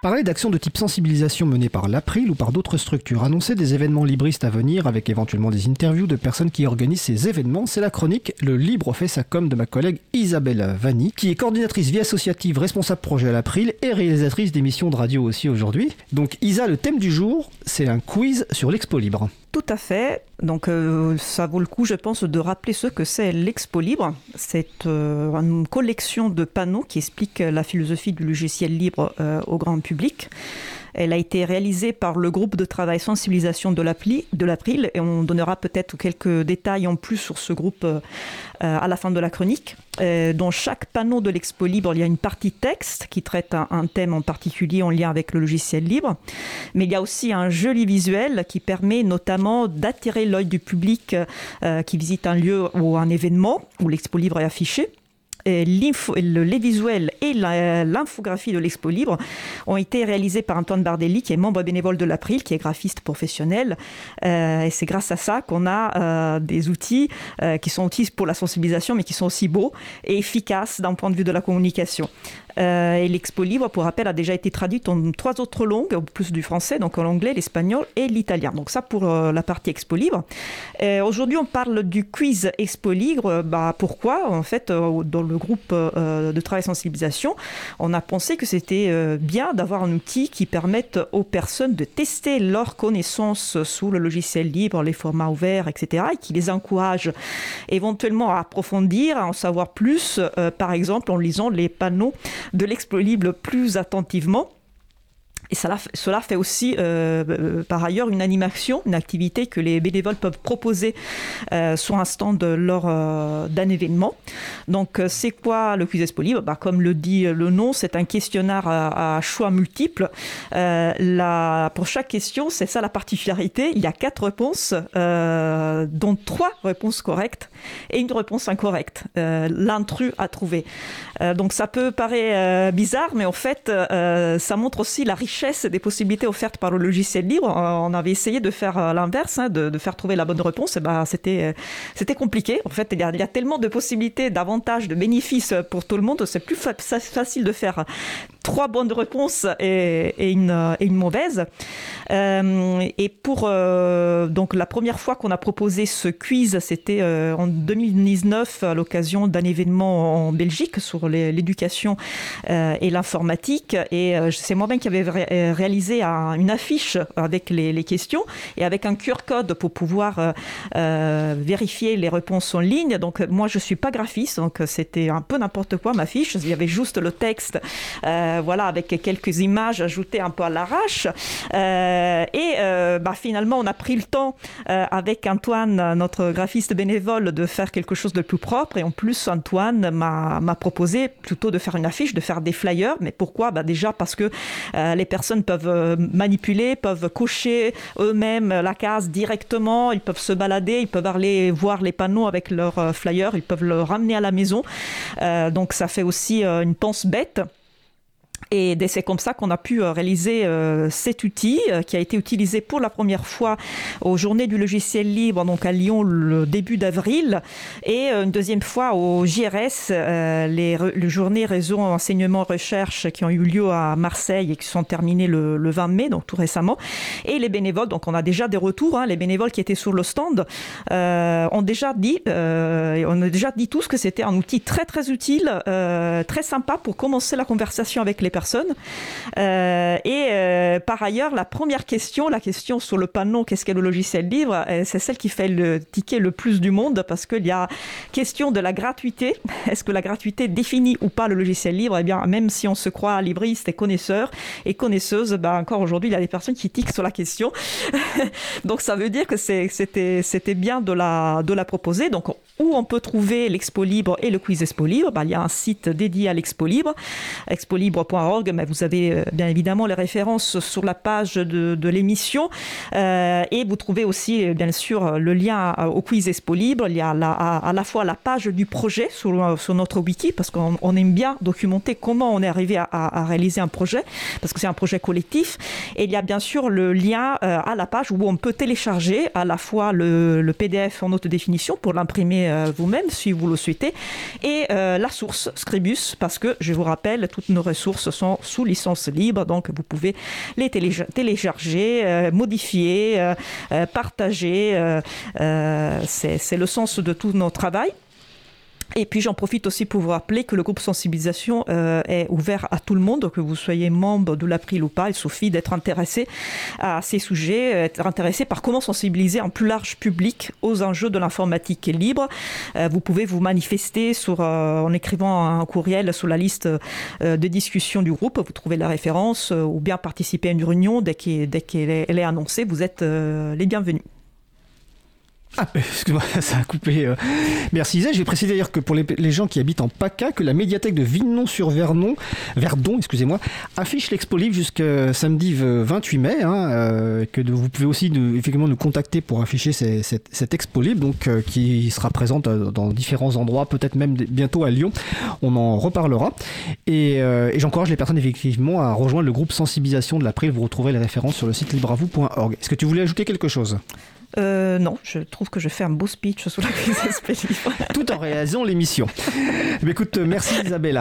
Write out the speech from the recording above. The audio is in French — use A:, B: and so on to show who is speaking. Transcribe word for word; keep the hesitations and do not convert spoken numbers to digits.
A: Parler d'actions de type sensibilisation menées par l'April ou par d'autres structures, annoncer des événements libristes à venir avec éventuellement des interviews de personnes qui organisent ces événements, c'est la chronique Le Libre fait sa com de ma collègue Isabelle Vanni, qui est coordinatrice vie associative, responsable projet à l'April et réalisatrice d'émissions de radio aussi aujourd'hui. Donc Isa, le thème du jour, c'est un quiz sur l'Expo Libre.
B: Tout à fait. Donc euh, ça vaut le coup, je pense, de rappeler ce que c'est l'Expo Libre. C'est euh, une collection de panneaux qui explique la philosophie du logiciel libre euh, au grand public. Elle a été réalisée par le groupe de travail sensibilisation de l'April, de l'April et on donnera peut-être quelques détails en plus sur ce groupe euh, à la fin de la chronique. Euh, dans chaque panneau de l'Expo Libre, il y a une partie texte qui traite un, un thème en particulier en lien avec le logiciel libre. Mais il y a aussi un joli visuel qui permet notamment d'attirer l'œil du public euh, qui visite un lieu ou un événement où l'Expo Libre est affichée. Et le, les visuels et la, l'infographie de l'Expo Libre ont été réalisés par Antoine Bardelli, qui est membre bénévole de l'April, qui est graphiste professionnel. Euh, et c'est grâce à ça qu'on a euh, des outils euh, qui sont outils pour la sensibilisation, mais qui sont aussi beaux et efficaces d'un point de vue de la communication. Euh, et l'Expo Libre, pour rappel, a déjà été traduite en trois autres langues, en plus du français, donc en anglais, l'espagnol et l'italien. Donc ça pour euh, la partie Expo Libre. Euh, aujourd'hui, on parle du quiz Expo Libre. Bah, pourquoi ? En fait, euh, dans le groupe euh, de travail sensibilisation, on a pensé que c'était euh, bien d'avoir un outil qui permette aux personnes de tester leurs connaissances sous le logiciel libre, les formats ouverts, et cetera, et qui les encourage éventuellement à approfondir, à en savoir plus, euh, par exemple en lisant les panneaux de l'Expo Libre plus attentivement. Et cela, cela fait aussi, euh, euh, par ailleurs, une animation, une activité que les bénévoles peuvent proposer euh, sur un stand lors euh, d'un événement. Donc, euh, c'est quoi le quiz Expo Libre ? Bah, comme le dit le nom, c'est un questionnaire à, à choix multiples. Euh, la, pour chaque question, c'est ça la particularité. Il y a quatre réponses, euh, dont trois réponses correctes et une réponse incorrecte. Euh, l'intrus à trouver. Euh, donc, ça peut paraître euh, bizarre, mais en fait, euh, ça montre aussi la richesse des possibilités offertes par le logiciel libre. On avait essayé de faire l'inverse, hein, de, de faire trouver la bonne réponse. Et ben, c'était, c'était compliqué. En fait, il y, a, il y a tellement de possibilités, d'avantages, de bénéfices pour tout le monde. C'est plus fa- facile de faire trois bonnes réponses et, et, une, et une mauvaise. Euh, et pour euh, donc la première fois qu'on a proposé ce quiz, c'était euh, en deux mille dix-neuf à l'occasion d'un événement en Belgique sur les, l'éducation euh, et l'informatique. Et euh, c'est moi-même qui avais ré- réalisé un, une affiche avec les, les questions et avec un Q R code pour pouvoir euh, euh, vérifier les réponses en ligne. Donc moi je suis pas graphiste, donc c'était un peu n'importe quoi ma fiche. Il y avait juste le texte. Euh, Voilà, avec quelques images ajoutées un peu à l'arrache. Euh, et euh, bah, finalement, on a pris le temps euh, avec Antoine, notre graphiste bénévole, de faire quelque chose de plus propre. Et en plus, Antoine m'a, m'a proposé plutôt de faire une affiche, de faire des flyers. Mais pourquoi ? Bah, déjà parce que euh, les personnes peuvent manipuler, peuvent cocher eux-mêmes la case directement. Ils peuvent se balader, ils peuvent aller voir les panneaux avec leurs flyers, ils peuvent le ramener à la maison. Euh, donc, ça fait aussi euh, une pense bête. Et c'est comme ça qu'on a pu réaliser euh, cet outil euh, qui a été utilisé pour la première fois aux Journées du logiciel libre, donc à Lyon le début d'avril, et euh, une deuxième fois au J R S, euh, les, les Journées Réseau Enseignement Recherche qui ont eu lieu à Marseille et qui sont terminées le, le vingt mai, donc tout récemment. Et les bénévoles, donc on a déjà des retours, hein, les bénévoles qui étaient sur le stand euh, ont déjà dit, euh, on a déjà dit tous que c'était un outil très très utile, euh, très sympa pour commencer la conversation avec les personnes. Euh, et euh, par ailleurs, la première question, la question sur le panneau, qu'est-ce qu'est le logiciel libre, euh, c'est celle qui fait le ticket le plus du monde parce qu'il y a question de la gratuité. Est-ce que la gratuité définit ou pas le logiciel libre ? Eh bien, même si on se croit libriste et connaisseur et connaisseuse, bah, encore aujourd'hui, il y a des personnes qui tiquent sur la question. Donc, ça veut dire que c'est, c'était, c'était bien de la, de la proposer. Donc, où on peut trouver l'Expo Libre et le quiz Expo Libre ? Bah, il y a un site dédié à l'Expo Libre, expolibre point org, mais vous avez bien évidemment les références sur la page de, de l'émission euh, et vous trouvez aussi bien sûr le lien au quiz Expo Libre. Il y a la, à, à la fois la page du projet sur, sur notre wiki parce qu'on on aime bien documenter comment on est arrivé à, à, à réaliser un projet parce que c'est un projet collectif, et il y a bien sûr le lien euh, à la page où on peut télécharger à la fois le, le P D F en haute définition pour l'imprimer euh, vous-même si vous le souhaitez. Et euh, la source Scribus, parce que je vous rappelle, toutes nos ressources sont sous licence libre, donc vous pouvez les téléja- télécharger, euh, modifier, euh, euh, partager. Euh, euh, c'est, c'est le sens de tout notre travail. Et puis j'en profite aussi pour vous rappeler que le groupe sensibilisation euh, est ouvert à tout le monde, que vous soyez membre de l'April ou pas. Il suffit d'être intéressé à ces sujets, être intéressé par comment sensibiliser un plus large public aux enjeux de l'informatique libre. Euh, vous pouvez vous manifester sur, euh, en écrivant un courriel sur la liste euh, de discussion du groupe. Vous trouvez la référence euh, ou bien participer à une réunion dès qu'elle, dès qu'elle est, elle est annoncée. Vous êtes euh, les bienvenus.
A: Ah, excuse-moi, ça a coupé. Euh. Merci Isa. Je vais préciser d'ailleurs que pour les, les gens qui habitent en PACA, que la médiathèque de Vinon-sur-Verdon, Verdon, excusez-moi, affiche l'expo libre jusqu'à samedi vingt-huit mai. Hein, euh, que de, vous pouvez aussi nous, effectivement nous contacter pour afficher ces, cette, cette expo libre, donc euh, qui sera présente dans différents endroits, peut-être même bientôt à Lyon. On en reparlera. Et, euh, et j'encourage les personnes effectivement à rejoindre le groupe sensibilisation de l'April. Vous retrouverez les références sur le site libravou point org. Est-ce que tu voulais ajouter quelque chose ?
B: Euh, non, je trouve que je fais un beau speech sur la crise S P livre.
A: Tout en réalisant l'émission. Mais écoute, merci Isabella.